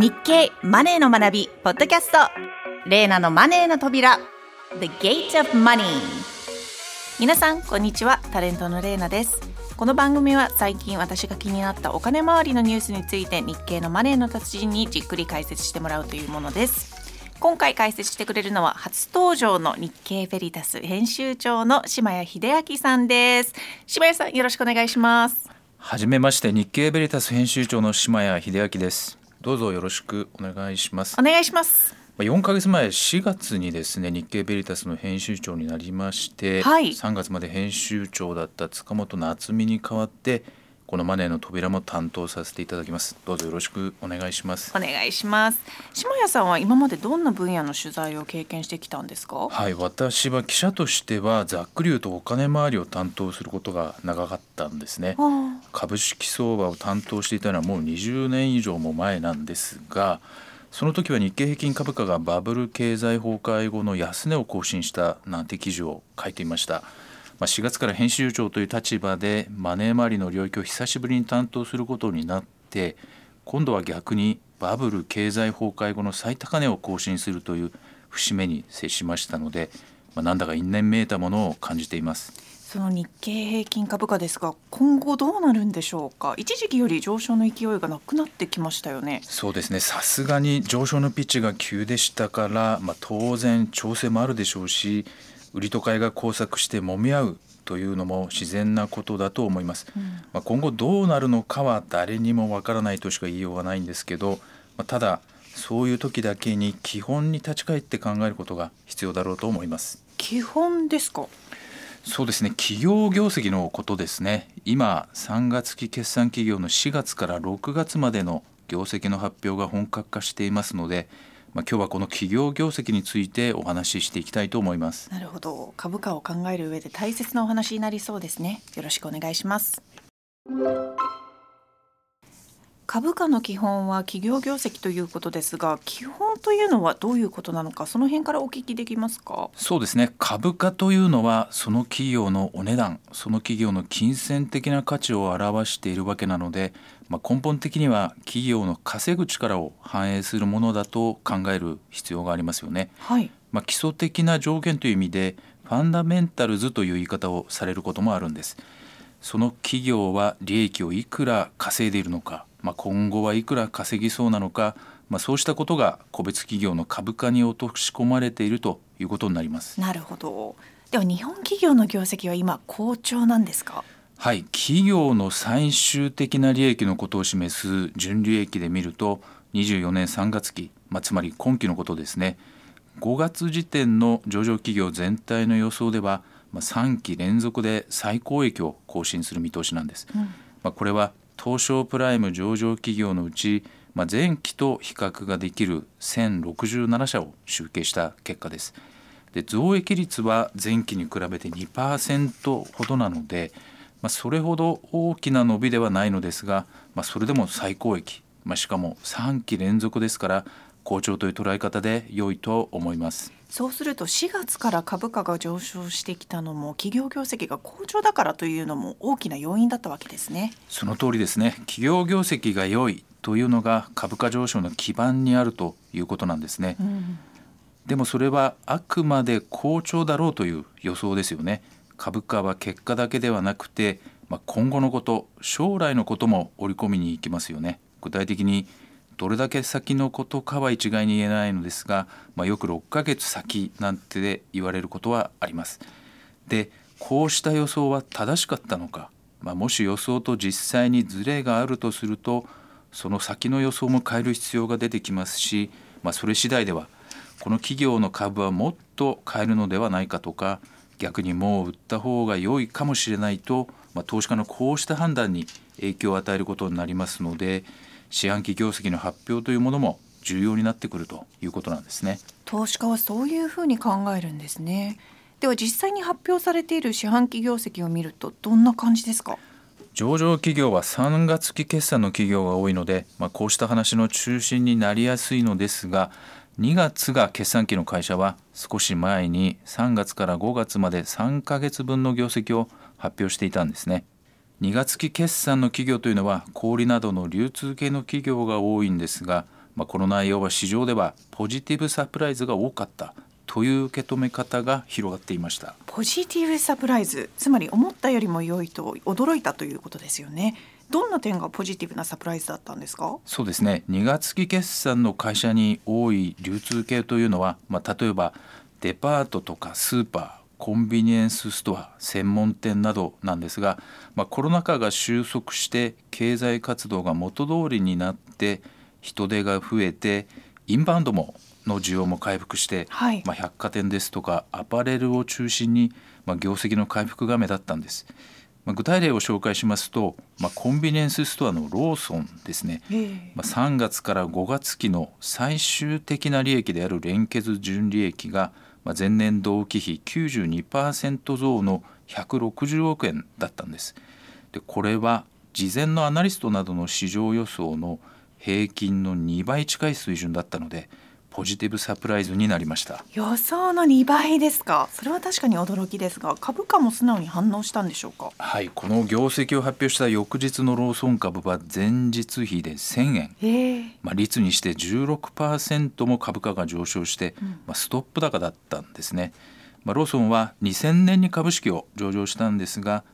日経マネーの学びポッドキャスト、レイナのマネーの扉 The Gate of Money。 皆さんこんにちは、タレントのレイナです。この番組は最近私が気になったお金周りのニュースについて日経のマネーの達人にじっくり解説してもらうというものです。今回解説してくれるのは初登場の日経ベリタス編集長の島谷秀明さんです。島谷さん、よろしくお願いします。 はじめまして、日経ベリタス編集長の島谷秀明です。どうぞよろしくお願いします。 お願いします。 4ヶ月前4月にですね、日経ベリタスの編集長になりまして、3月まで編集長だった塚本夏美に代わってこのマネーの扉も担当させていただきます。どうぞよろしくお願いします。 お願いします。島谷さんは今までどんな分野の取材を経験してきたんですか？ はい、私は記者としてはざっくり言うとお金回りを担当することが長かったんですね。株式相場を担当していたのはもう20年以上も前なんですが、その時は日経平均株価がバブル経済崩壊後の安値を更新したなんて記事を書いていました。4月から編集長という立場でマネー周りの領域を久しぶりに担当することになって、今度は逆にバブル経済崩壊後の最高値を更新するという節目に接しましたので、なんだか因縁めいたものを感じています。 その日経平均株価ですが、今後どうなるんでしょうか？一時期より上昇の勢いがなくなってきましたよね。 そうですね、さすがに上昇のピッチが急でしたから、当然調整もあるでしょうし、売りと買いが交錯して揉み合うというのも自然なことだと思います。今後どうなるのかは誰にもわからないとしか言いようがないんですけど、ただそういう時だけに基本に立ち返って考えることが必要だろうと思います。 基本ですか？ そうですね、企業業績のことですね。今3月期決算企業の4月から6月までの業績の発表が本格化していますので、今日はこの企業業績についてお話ししていきたいと思います。 なるほど、株価を考える上で大切なお話になりそうですね。よろしくお願いします。株価の基本は企業業績ということですが、基本というのはどういうことなのか、その辺からお聞きできますか？ そうですね、株価というのはその企業のお値段、その企業の金銭的な価値を表しているわけなので、根本的には企業の稼ぐ力を反映するものだと考える必要がありますよね。基礎的な条件という意味でファンダメンタルズという言い方をされることもあるんです。その企業は利益をいくら稼いでいるのか、今後はいくら稼ぎそうなのか、そうしたことが個別企業の株価に落とし込まれているということになります。 なるほど。では日本企業の業績は今好調なんですか？ はい、企業の最終的な利益のことを示す純利益で見ると24年3月期、つまり今期のことですね。5月時点の上場企業全体の予想では3期連続で最高益を更新する見通しなんです。これは東証プライム上場企業のうち、前期と比較ができる1067社を集計した結果です。で、増益率は前期に比べて 2% ほどなので、それほど大きな伸びではないのですが、それでも最高益、しかも3期連続ですから好調という捉え方で良いと思います。 そうすると4月から株価が上昇してきたのも企業業績が好調だからというのも大きな要因だったわけですね。 その通りですね。企業業績が良いというのが株価上昇の基盤にあるということなんですね。でもそれはあくまで好調だろうという予想ですよね。株価は結果だけではなくて、今後のこと、将来のことも織り込みに行きますよね。具体的にどれだけ先のことかは一概に言えないのですが、よく6ヶ月先なんてで言われることはあります。で、こうした予想は正しかったのか、もし予想と実際にズレがあるとすると、その先の予想も変える必要が出てきますし、それ次第ではこの企業の株はもっと買えるのではないかとか、逆にもう売った方が良いかもしれないと、投資家のこうした判断に影響を与えることになりますので、四半期業績の発表というものも重要になってくるということなんですね。 投資家はそういうふうに考えるんですね。では実際に発表されている四半期業績を見るとどんな感じですか？ 上場企業は3月期決算の企業が多いので、こうした話の中心になりやすいのですが、2月が決算期の会社は少し前に3月から5月まで3ヶ月分の業績を発表していたんですね。2月期決算の企業というのは小売などの流通系の企業が多いんですが、 この内容は市場ではポジティブサプライズが多かったという受け止め方が広がっていました。 ポジティブサプライズ、つまり思ったよりも良いと驚いたということですよね。どんな点がポジティブなサプライズだったんですか？ そうですね、2月期決算の会社に多い流通系というのは、例えばデパートとかスーパー、コンビニエンスストア、専門店などなんですが、コロナ禍が収束して経済活動が元通りになって人手が増えてインバウンドの需要も回復して、百貨店ですとかアパレルを中心に、業績の回復が目立ったんです。具体例を紹介しますと、コンビニエンスストアのローソンですね、3月から5月期の最終的な利益である連結純利益が前年同期比 92% 増の160億円だったんです。でこれは事前のアナリストなどの市場予想の平均の2倍近い水準だったので、ポジティブサプライズになりました。 予想の2倍ですか。それは確かに驚きですが、株価も素直に反応したんでしょうか？ はい、この業績を発表した翌日のローソン株は前日比で1000円、率にして 16% も株価が上昇して、ストップ高だったんですね。ローソンは2000年に株式を上場したんですが、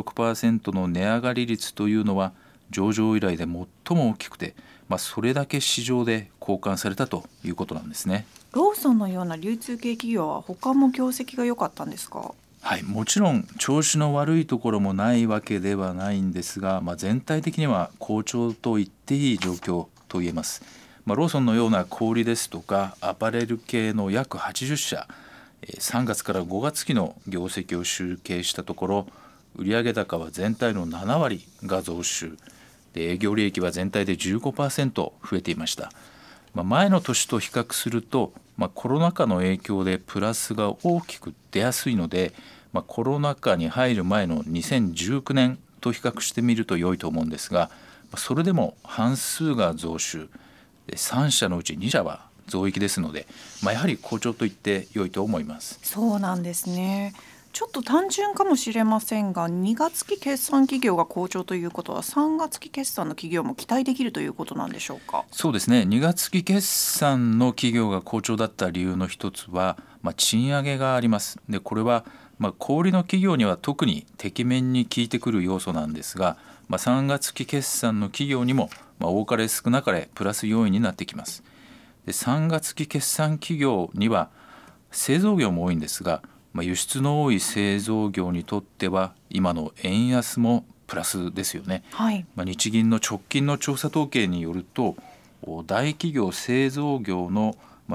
16% の値上がり率というのは上場以来で最も大きくて、それだけ市場で交換されたということなんですね。 ローソンのような流通系企業は他も業績が良かったんですか？ はい、もちろん調子の悪いところもないわけではないんですが、全体的には好調と言っていい状況と言えます。ローソンのような小売ですとかアパレル系の約80社、3月から5月期の業績を集計したところ、売上高は全体の7割が増収で、営業利益は全体で 15% 増えていました。前の年と比較すると、コロナ禍の影響でプラスが大きく出やすいので、コロナ禍に入る前の2019年と比較してみると良いと思うんですが、それでも半数が増収で、3社のうち2社は増益ですので、やはり好調と言って良いと思います。 そうなんですね。ちょっと単純かもしれませんが、2月期決算企業が好調ということは3月期決算の企業も期待できるということなんでしょうか？ そうですね、2月期決算の企業が好調だった理由の一つは、賃上げがあります。でこれは小売の企業には特にてきめんに効いてくる要素なんですが、3月期決算の企業にも多かれ少なかれプラス要因になってきます。で3月期決算企業には製造業も多いんですが、輸出の多い製造業にとっては今の円安もプラスですよね。日銀の直近の調査統計によると、大企業製造業の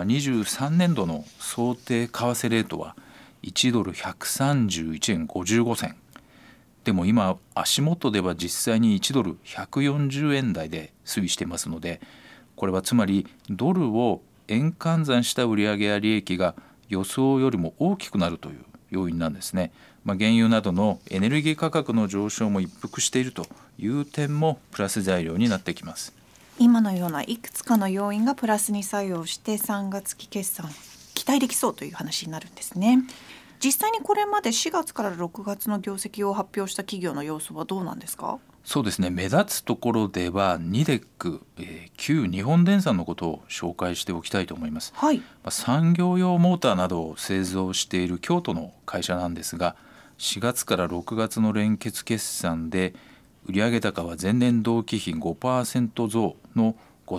23年度の想定為替レートは1ドル131円55銭でも今足元では実際に1ドル140円台で推移していますので、これはつまりドルを円換算した売上や利益が予想よりも大きくなるという要因なんですね。原油などのエネルギー価格の上昇も一服しているという点もプラス材料になってきます。 今のようないくつかの要因がプラスに作用して3月期決算期待できそうという話になるんですね。実際にこれまで4月から6月の業績を発表した企業の様子はどうなんですか？ そうですね、目立つところではニデック、旧日本電産のことを紹介しておきたいと思います。産業用モーターなどを製造している京都の会社なんですが、4月から6月の連結決算で売上高は前年同期比 5% 増の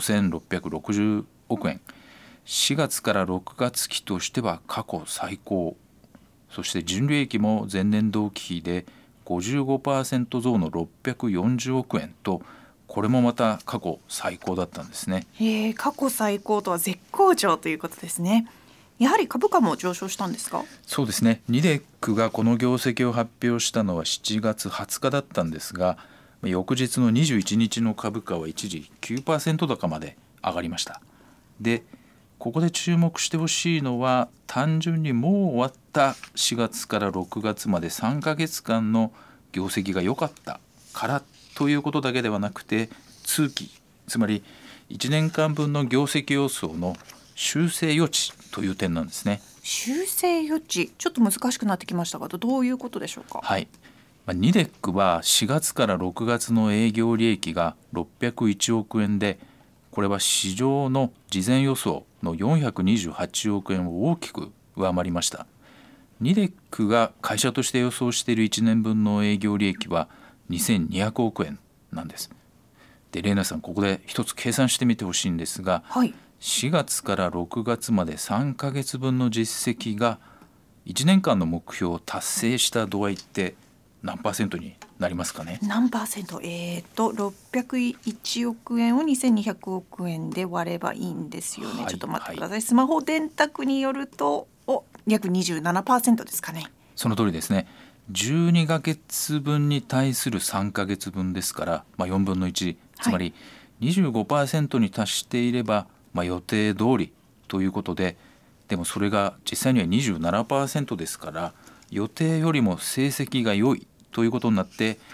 5660億円、4月から6月期としては過去最高、そして純利益も前年同期比で55% 増の640億円と、これもまた過去最高だったんですね。 過去最高とは絶好調ということですね。やはり株価も上昇したんですか？ そうですね、ニデックがこの業績を発表したのは7月20日だったんですが、翌日の21日の株価は一時 9% 高まで上がりました。でここで注目してほしいのは、単純にもう終わった4月から6月まで3ヶ月間の業績が良かったからということだけではなくて、通期、つまり1年間分の業績予想の修正余地という点なんですね。 修正余地、ちょっと難しくなってきましたが、どういうことでしょうか？ ニデックは4月から6月の営業利益が601億円で、 これは市場の事前予想の428億円を大きく上回りました。ニデックが会社として予想している1年分の営業利益は2200億円なんです。で、レイナさん、ここで一つ計算してみてほしいんですが、 はい、 4月から6月まで3ヶ月分の実績が1年間の目標を達成した度合いって何%になりますかね。 何パーセント601億円を2200億円で割ればいいんですよね。ちょっと待ってください。スマホ電卓によると約 27% ですかね。 その通りですね。12ヶ月分に対する3ヶ月分ですから、4分の1、つまり 25% に達していれば、予定通りということで、でもそれが実際には 27% ですから、予定よりも成績が良いということになって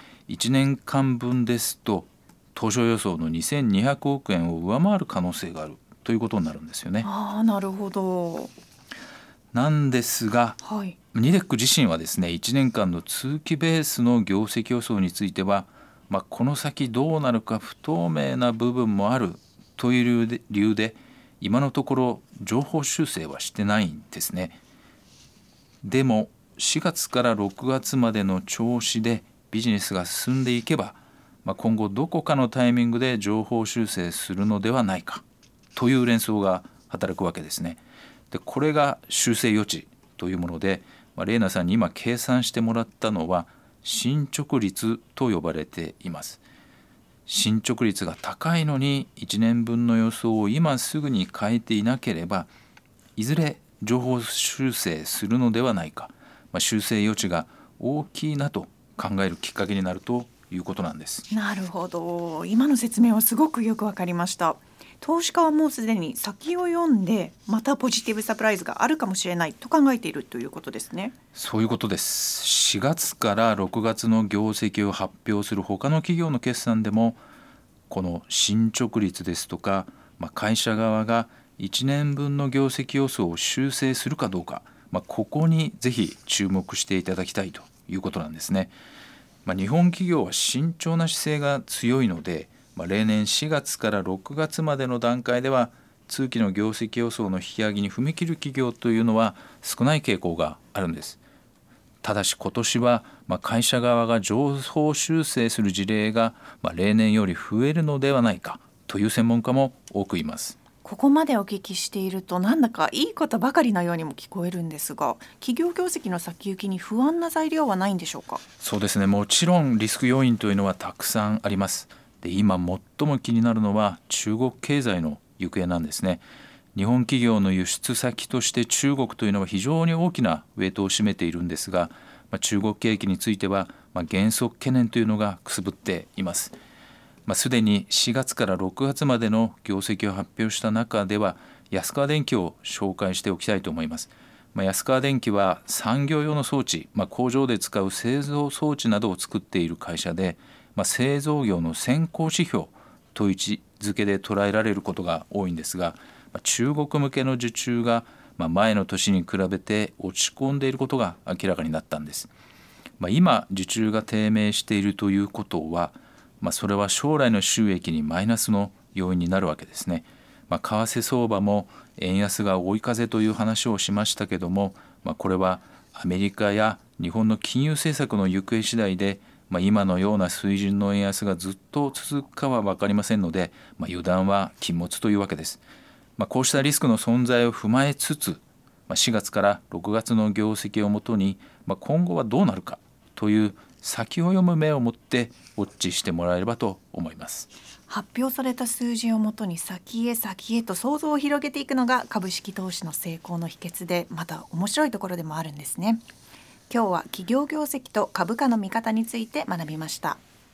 、1年間分ですと当初予想の2200億円を上回る可能性があるということになるんですよね。 なるほど。 なんですが、ニデック自身はですね、1年間の通期ベースの業績予想については、この先どうなるか不透明な部分もあるという理由で今のところ情報修正はしてないんですね。でも4月から6月までの調子でビジネスが進んでいけば、今後どこかのタイミングで情報修正するのではないかという連想が働くわけですね。で、これが修正余地というもので、レイナさんに今計算してもらったのは進捗率と呼ばれています。進捗率が高いのに1年分の予想を今すぐに変えていなければ、いずれ情報修正するのではないか、修正余地が大きいなと考えるきっかけになるということなんです。 なるほど。今の説明はすごくよくわかりました。投資家はもうすでに先を読んで、またポジティブサプライズがあるかもしれないと考えているということですね。 そういうことです。4月から6月の業績を発表する他の企業の決算でも、この進捗率ですとか、会社側が1年分の業績予想を修正するかどうか、ここにぜひ注目していただきたいということなんですね。日本企業は慎重な姿勢が強いので、例年4月から6月までの段階では通期の業績予想の引き上げに踏み切る企業というのは少ない傾向があるんです。ただし今年は会社側が情報修正する事例が例年より増えるのではないかという専門家も多くいます。 ここまでお聞きしていると、なんだかいいことばかりのようにも聞こえるんですが、企業業績の先行きに不安な材料はないんでしょうか。 そうですね、もちろんリスク要因というのはたくさんあります。で、今最も気になるのは中国経済の行方なんですね。日本企業の輸出先として中国というのは非常に大きなウェイトを占めているんですが、中国景気については減速懸念というのがくすぶっています。すでに4月から6月までの業績を発表した中では安川電機を紹介しておきたいと思います。安川電機は産業用の装置、工場で使う製造装置などを作っている会社で、製造業の先行指標という位置づけで捉えられることが多いんですが、中国向けの受注が前の年に比べて落ち込んでいることが明らかになったんです。今受注が低迷しているということは、それは将来の収益にマイナスの要因になるわけですね。為替相場も円安が追い風という話をしましたけども、これはアメリカや日本の金融政策の行方次第で、今のような水準の円安がずっと続くかは分かりませんので、油断は禁物というわけです。こうしたリスクの存在を踏まえつつ、4月から6月の業績をもとに、今後はどうなるかという先を読む目を持ってウォッチしてもらえればと思います。 発表された数字をもとに先へ先へと想像を広げていくのが株式投資の成功の秘訣で、また面白いところでもあるんですね。今日は企業業績と株価の見方について学びました。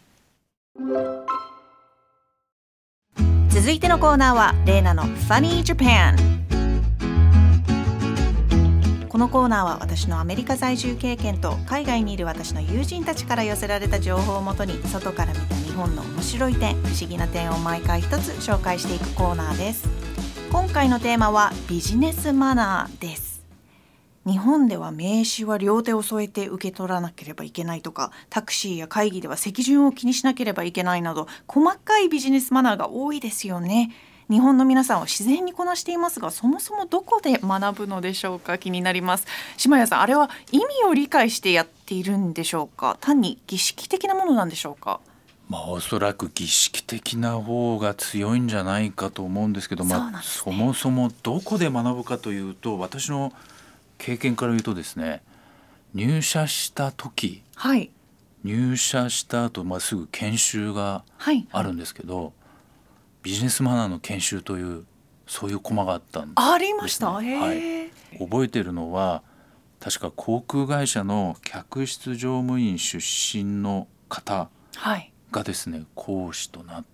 続いてのコーナーはレイナの Funny Japan。 このコーナーは私のアメリカ在住経験と海外にいる私の友人たちから寄せられた情報をもとに、外から見た日本の面白い点、不思議な点を毎回一つ紹介していくコーナーです。今回のテーマはビジネスマナーです。日本では名刺は両手を添えて受け取らなければいけないとか、タクシーや会議では席順を気にしなければいけないなど、細かいビジネスマナーが多いですよね。 日本の皆さんは自然にこなしていますが、そもそもどこで学ぶのでしょうか。気になります。島谷さん、あれは意味を理解してやっているんでしょうか、単に儀式的なものなんでしょうか。 おそらく儀式的な方が強いんじゃないかと思うんですけど、そもそもどこで学ぶかというと、私の経験から言うとですね、入社した時、入社した後、すぐ研修があるんですけど、ビジネスマナーの研修というそういうコマがあったんです、 ありました。へー。覚えてるのは確か航空会社の客室乗務員出身の方がですね、講師となって、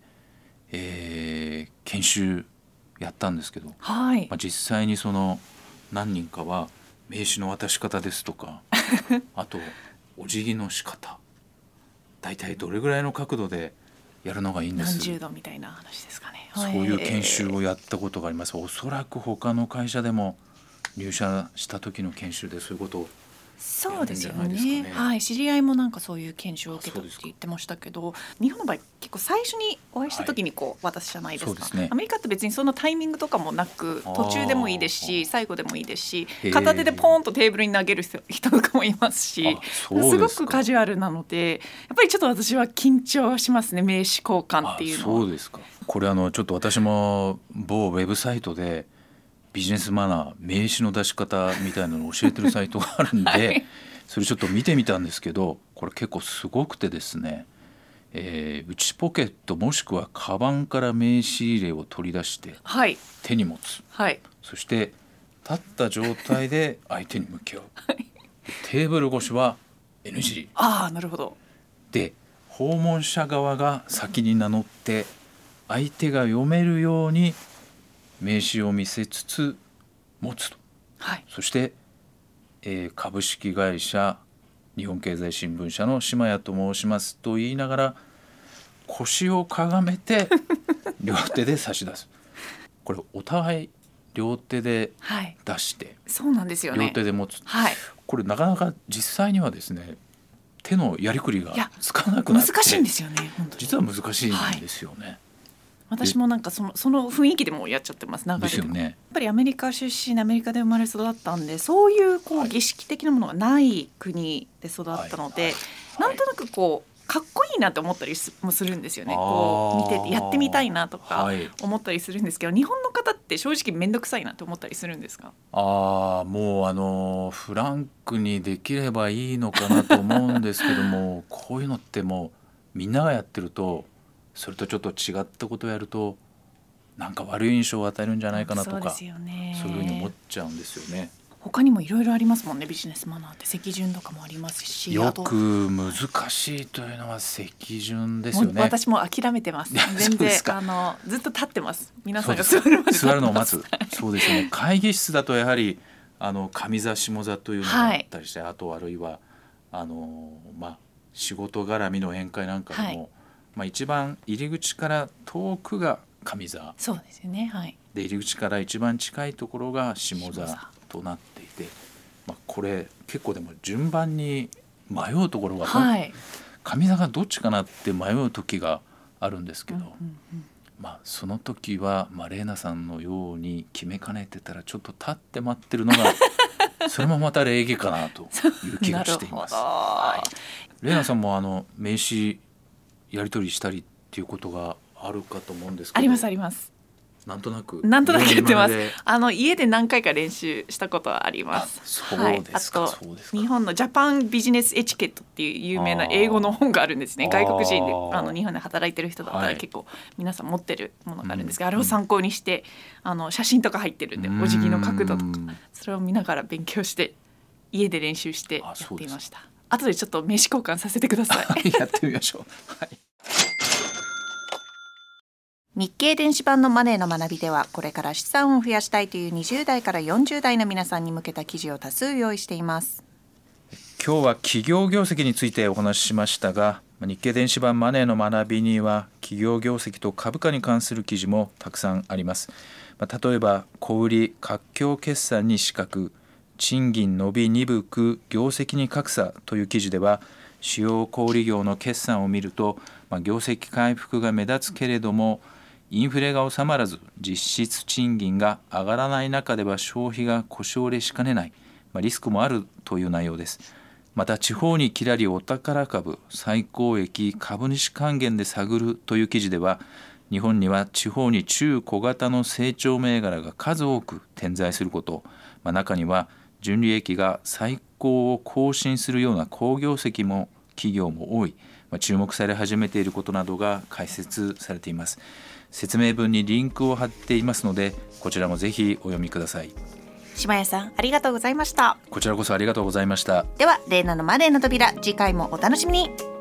研修やったんですけど、実際にその何人かは名刺の渡し方ですとかあとお辞儀の仕方、だいたいどれぐらいの角度でやるのがいいんです、 何十度みたいな話ですかね。 そういう研修をやったことがあります。おそらく他の会社でも入社した時の研修でそういうことをそうですよね。知り合いもなんかそういう研修を受けたって言ってましたけど、日本の場合結構最初にお会いした時に渡すじゃないですか。アメリカって別にそのタイミングとかもなく、途中でもいいですし最後でもいいですし、片手でポーンとテーブルに投げる人とかもいますし、すごくカジュアルなので、やっぱりちょっと私は緊張しますね、名刺交換っていうのは。 そうですか。これちょっと私も某ウェブサイトでビジネスマナー、名刺の出し方みたいなのを教えてるサイトがあるんで、それちょっと見てみたんですけど、これ結構すごくてですね、内ポケットもしくはカバンから名刺入れを取り出して手に持つ、そして立った状態で相手に向き合う、テーブル越しは NG。 なるほど。 で、訪問者側が先に名乗って相手が読めるように名刺を見せつつ持つと、そして、株式会社日本経済新聞社の島谷と申しますと言いながら腰をかがめて両手で差し出す。これお互い両手で出して、 そうなんですよね、 両手で持つ、これなかなか実際にはですね、手のやりくりがつかなくなって難しいんですよね。本当に実は難しいんですよね。 私もなんかその雰囲気でもやっちゃってます。流れでもやっぱりアメリカ出身、アメリカで生まれ育ったんで、そういう儀式的なものがない国で育ったので、なんとなくかっこいいなって思ったりもするんですよね。見ててやってみたいなとか思ったりするんですけど、日本の方って正直面倒くさいなって思ったりするんですか。 もうフランクにできればいいのかなと思うんですけどもこういうのってもうみんながやってると、それとちょっと違ったことをやるとなんか悪い印象を与えるんじゃないかなとか、そういうふうに思っちゃうんですよね。 他にもいろいろありますもんね、ビジネスマナーって。席順とかもありますし、 よく難しいというのは席順ですよね。 私も諦めてます。全然ずっと立ってます。皆さんが座るまで座るのを待つそうですね。会議室だとやはり上座下座というのがあったりして、あとあるいは仕事絡みの宴会なんかでも、一番入り口から遠くが上座、 そうですよね、 で入り口から一番近いところが下座となっていて、これ結構でも順番に迷うところが、上座がどっちかなって迷う時があるんですけど、その時はレイナさんのように決めかねてたらちょっと立って待ってるのがそれもまた礼儀かなという気がしています。レイナさんも名刺やり取りしたりっていうことがあるかと思うんですけど。 ありますあります。 なんとなくやってます。家で何回か練習したことはあります。あと日本のジャパンビジネスエチケットっていう有名な英語の本があるんですね。外国人で日本で働いてる人だったら結構皆さん持ってるものがあるんですが、あれを参考にして写真とか入ってるんで、お辞儀の角度とかそれを見ながら勉強して家で練習してやっていました。後でちょっと名刺交換させてください。 やってみましょう。 日経電子版のマネーの学びでは、これから資産を増やしたいという20代から40代の皆さんに向けた記事を多数用意しています。 今日は企業業績についてお話ししましたが、日経電子版マネーの学びには企業業績と株価に関する記事もたくさんあります。例えば小売活況決算に死角、賃金伸び鈍く業績に格差という記事では、主要小売業の決算を見ると、業績回復が目立つけれどもインフレが収まらず実質賃金が上がらない中では消費が腰折れしかねない、リスクもあるという内容です。また地方にきらりお宝株最高益株主還元で探るという記事では、日本には地方に中小型の成長銘柄が数多く点在すること、中には純利益が最高を更新するような好業績も企業も多い、注目され始めていることなどが解説されています。説明文にリンクを貼っていますので、こちらもぜひお読みください。 島谷さん、ありがとうございました。 こちらこそありがとうございました。 では、レイナのマネーの扉、次回もお楽しみに。